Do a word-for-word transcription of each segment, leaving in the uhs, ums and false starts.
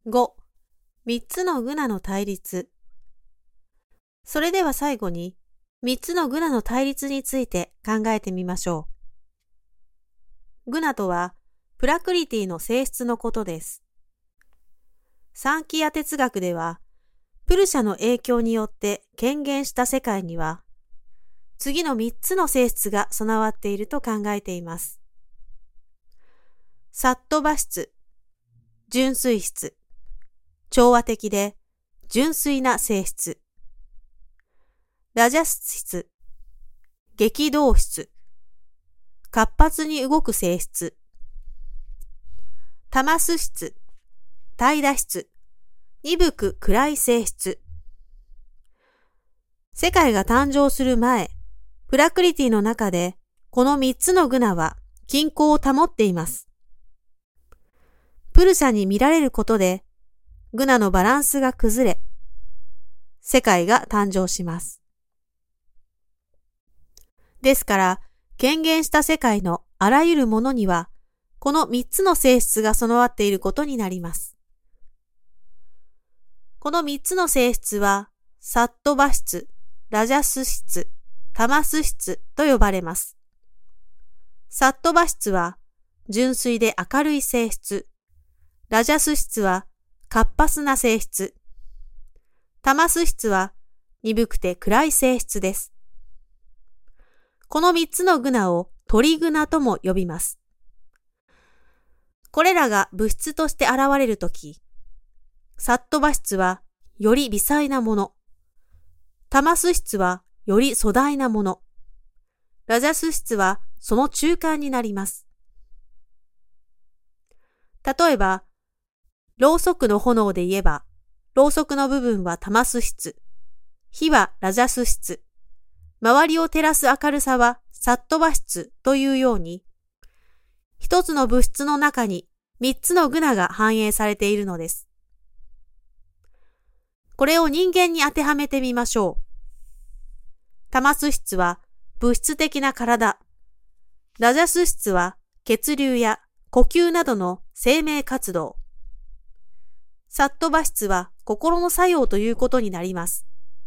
ご、みっつのグナの対立。それでは最後に、みっつのグナの対立について考えてみましょう。グナとは、プラクリティの性質のことです。サンキア哲学では、プルシャの影響によって顕現した世界には、次のみっつの性質が備わっていると考えています。サットバ質、純粋質、調和的で純粋な性質。ラジャス質、激動質、活発に動く性質。タマス質、怠惰質、鈍く暗い性質。世界が誕生する前、プラクリティの中でこのみっつのグナは均衡を保っています。プルシャに見られることで、グナのバランスが崩れ、世界が誕生します。ですから、顕現した世界のあらゆるものには、このみっつの性質が備わっていることになります。このみっつの性質は、サットバ質、ラジャス質、タマス質と呼ばれます。サットバ質は、純粋で明るい性質。ラジャス質は、活発な性質。タマス質は、鈍くて暗い性質です。このみっつのグナをトリグナとも呼びます。これらが物質として現れるとき、サットバ質はより微細なもの、タマス質はより粗大なもの、ラジャス質はその中間になります。例えば、ろうそくの炎で言えば、ろうそくの部分はタマス質、火はラジャス質、周りを照らす明るさはサットバ質というように、一つの物質の中に三つのグナが反映されているのです。これを人間に当てはめてみましょう。タマス質は物質的な体、ラジャス質は血流や呼吸などの生命活動、サットバ質は心の作用ということになります。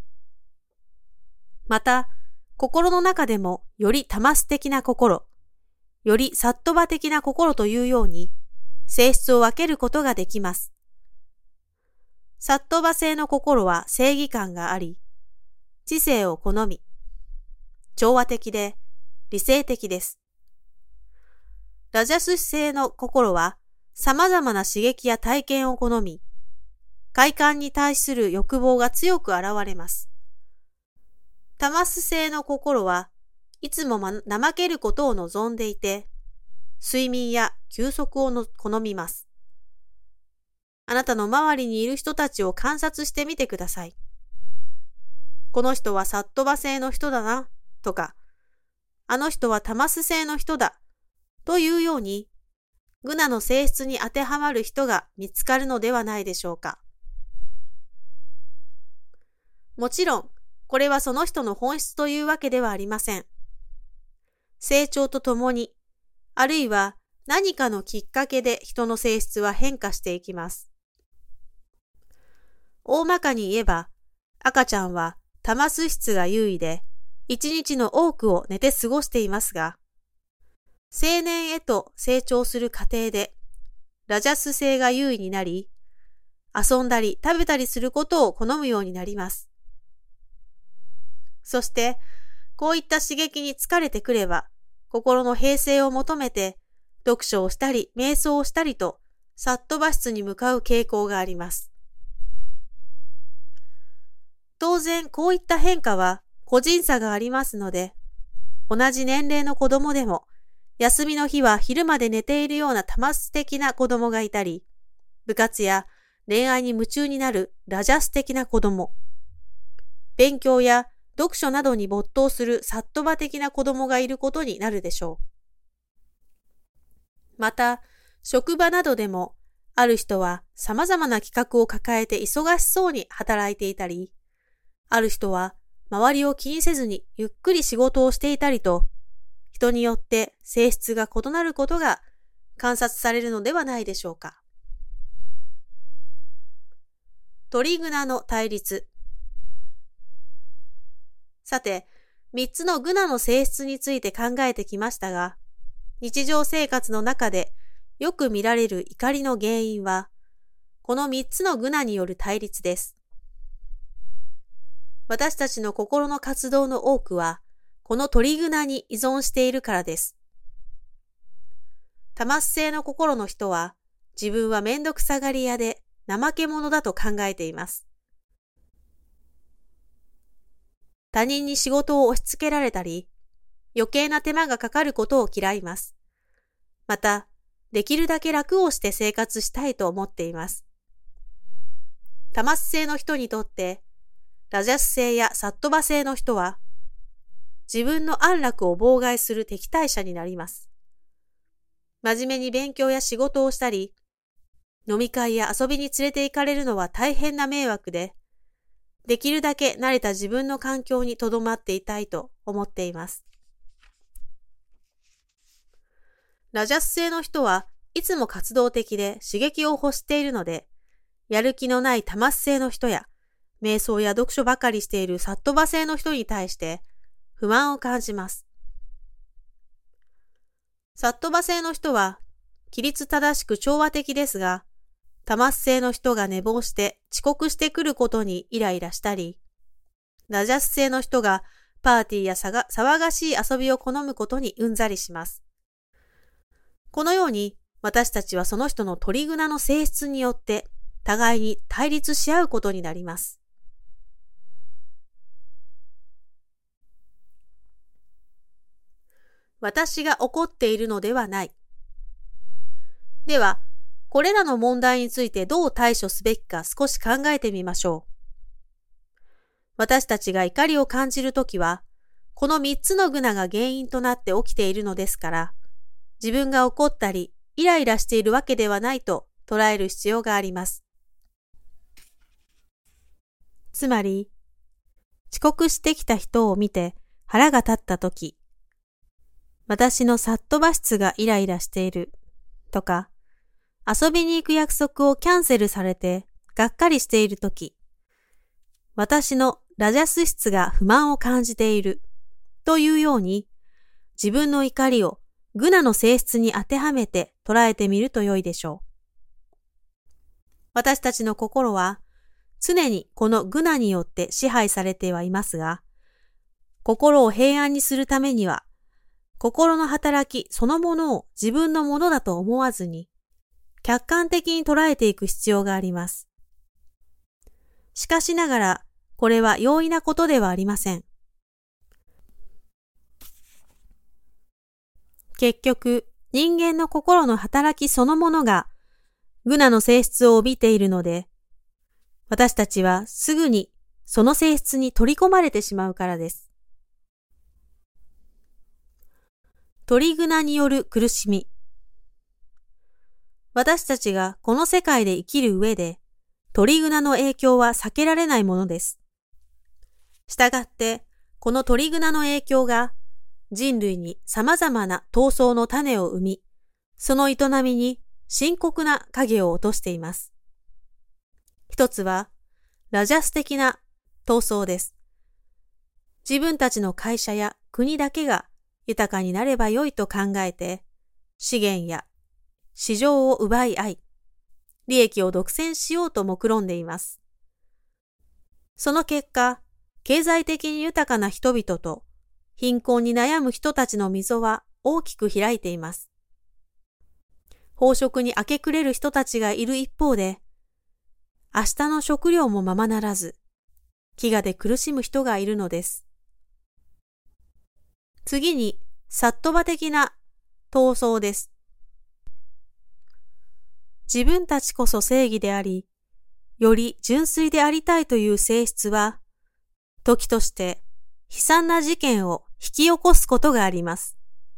また、心の中でもよりタマス的な心、よりサットバ的な心というように性質を分けることができます。サットバ性の心は正義感があり、知性を好み、調和的で理性的です。ラジャス性の心は様々な刺激や体験を好み、快感に対する欲望が強く現れます。タマス性の心はいつも、ま、怠けることを望んでいて、睡眠や休息をの好みます。あなたの周りにいる人たちを観察してみてください。この人はサットバ性の人だな、とか、あの人はタマス性の人だ、というように、グナの性質に当てはまる人が見つかるのではないでしょうか。もちろん、これはその人の本質というわけではありません。成長とともに、あるいは何かのきっかけで人の性質は変化していきます。大まかに言えば、赤ちゃんはタマス質が優位で、一日の多くを寝て過ごしていますが、青年へと成長する過程で、ラジャス性が優位になり、遊んだり食べたりすることを好むようになります。そして、こういった刺激に疲れてくれば、心の平静を求めて、読書をしたり、瞑想をしたりと、サットバ質に向かう傾向があります。当然、こういった変化は個人差がありますので、同じ年齢の子供でも、休みの日は昼まで寝ているようなタマス的な子供がいたり、部活や恋愛に夢中になるラジャス的な子供、勉強や読書などに没頭するサットバ的な子供がいることになるでしょう。また、職場などでも、ある人は様々な企画を抱えて忙しそうに働いていたり、ある人は周りを気にせずにゆっくり仕事をしていたりと、人によって性質が異なることが観察されるのではないでしょうか。 鳥グナの対立。さて、三つのグナの性質について考えてきましたが、日常生活の中でよく見られる怒りの原因は、この三つのグナによる対立です。私たちの心の活動の多くは、この鳥グナに依存しているからです。タマス性の心の人は、自分はめんどくさがり屋で怠け者だと考えています。他人に仕事を押し付けられたり、余計な手間がかかることを嫌います。また、できるだけ楽をして生活したいと思っています。タマス性の人にとって、ラジャス性やサットバ性の人は、自分の安楽を妨害する敵対者になります。真面目に勉強や仕事をしたり、飲み会や遊びに連れて行かれるのは大変な迷惑で、できるだけ慣れた自分の環境に留まっていたいと思っています。ラジャス性の人はいつも活動的で刺激を欲しているので、やる気のないタマス性の人や、瞑想や読書ばかりしているサットバ性の人に対して不満を感じます。サットバ性の人は規律正しく調和的ですが、タマス性の人が寝坊して遅刻してくることにイライラしたり、ラジャス性の人がパーティーやさが騒がしい遊びを好むことにうんざりします。このように私たちはその人の鳥グナの性質によって互いに対立し合うことになります。私が怒っているのではない。では、これらの問題についてどう対処すべきか少し考えてみましょう。私たちが怒りを感じるときは、この三つのグナが原因となって起きているのですから、自分が怒ったり、イライラしているわけではないと捉える必要があります。つまり、遅刻してきた人を見て腹が立ったとき、私のサットバ質がイライラしているとか、遊びに行く約束をキャンセルされてがっかりしているとき、私のラジャス質が不満を感じているというように、自分の怒りをグナの性質に当てはめて捉えてみると良いでしょう。私たちの心は常にこのグナによって支配されてはいますが、心を平安にするためには、心の働きそのものを自分のものだと思わずに、客観的に捉えていく必要があります。しかしながら、これは容易なことではありません。結局、人間の心の働きそのものが、グナの性質を帯びているので、私たちはすぐにその性質に取り込まれてしまうからです。鳥グナによる苦しみ。私たちがこの世界で生きる上で、鳥グナの影響は避けられないものです。したがって、この鳥グナの影響が人類に様々な闘争の種を生み、その営みに深刻な影を落としています。一つは、ラジャス的な闘争です。自分たちの会社や国だけが豊かになればよいと考えて、資源や市場を奪い合い、利益を独占しようと目論んでいます。その結果、経済的に豊かな人々と貧困に悩む人たちの溝は大きく開いています。飽食に明け暮れる人たちがいる一方で、明日の食料もままならず、飢餓で苦しむ人がいるのです。次に、サットバ的な闘争です。自分たちこそ正義であり、より純粋でありたいという性質は、時として悲惨な事件を引き起こすことがあります。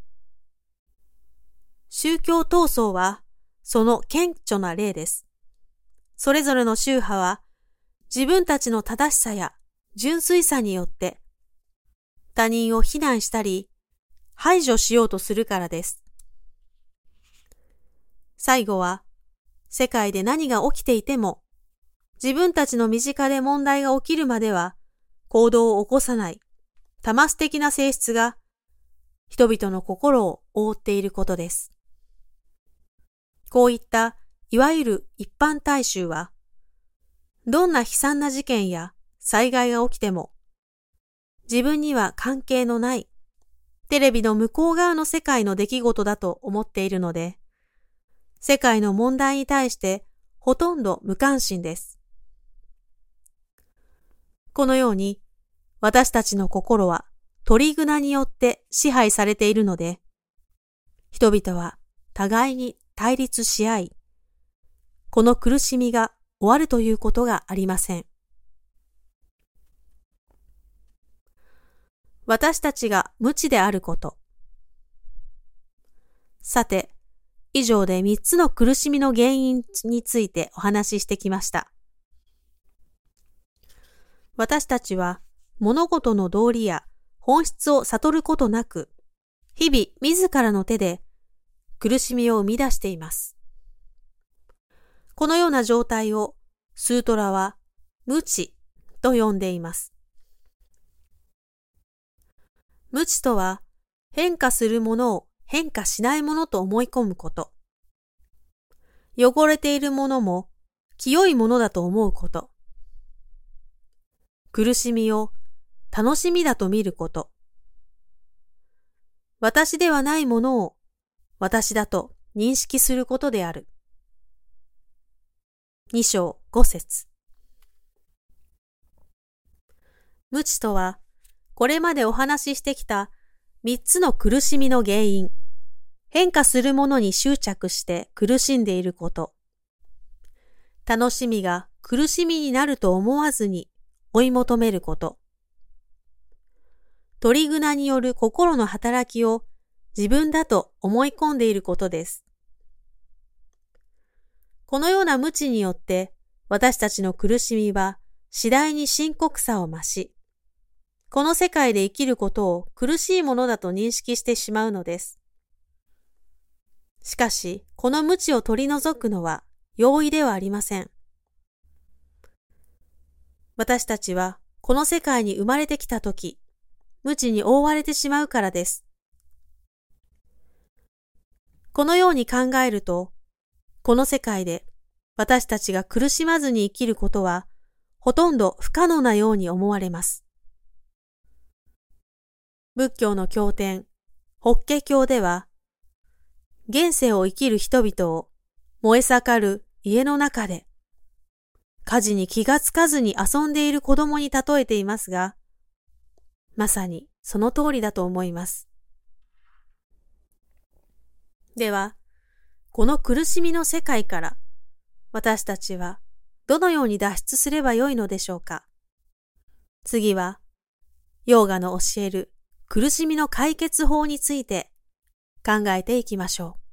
宗教闘争はその顕著な例です。それぞれの宗派は自分たちの正しさや純粋さによって他人を非難したり排除しようとするからです。最後は世界で何が起きていても自分たちの身近で問題が起きるまでは行動を起こさないタマス的な性質が人々の心を覆っていることです。こういったいわゆる一般大衆は、どんな悲惨な事件や災害が起きても、自分には関係のないテレビの向こう側の世界の出来事だと思っているので、世界の問題に対してほとんど無関心です。このように、私たちの心は取り具によって支配されているので、人々は互いに対立し合い、この苦しみが終わるということがありません。私たちが無知であること。さて、以上でみっつの苦しみの原因についてお話ししてきました。私たちは物事の道理や本質を悟ることなく、日々自らの手で苦しみを生み出しています。このような状態をスートラは無知と呼んでいます。無知とは変化するものを変化しないものと思い込むこと。汚れているものも清いものだと思うこと。苦しみを楽しみだと見ること。私ではないものを私だと認識することである。に章ご節。無知とは、これまでお話ししてきた三つの苦しみの原因、変化するものに執着して苦しんでいること、楽しみが苦しみになると思わずに追い求めること、取り具による心の働きを自分だと思い込んでいることです。このような無知によって私たちの苦しみは次第に深刻さを増し、この世界で生きることを苦しいものだと認識してしまうのです。しかし、この無知を取り除くのは容易ではありません。私たちはこの世界に生まれてきたとき、無知に覆われてしまうからです。このように考えると、この世界で私たちが苦しまずに生きることはほとんど不可能なように思われます。仏教の経典、法華経では、現世を生きる人々を燃え盛る家の中で、火事に気がつかずに遊んでいる子供に例えていますが、まさにその通りだと思います。では、この苦しみの世界から私たちはどのように脱出すればよいのでしょうか。次は、ヨーガの教える苦しみの解決法について考えていきましょう。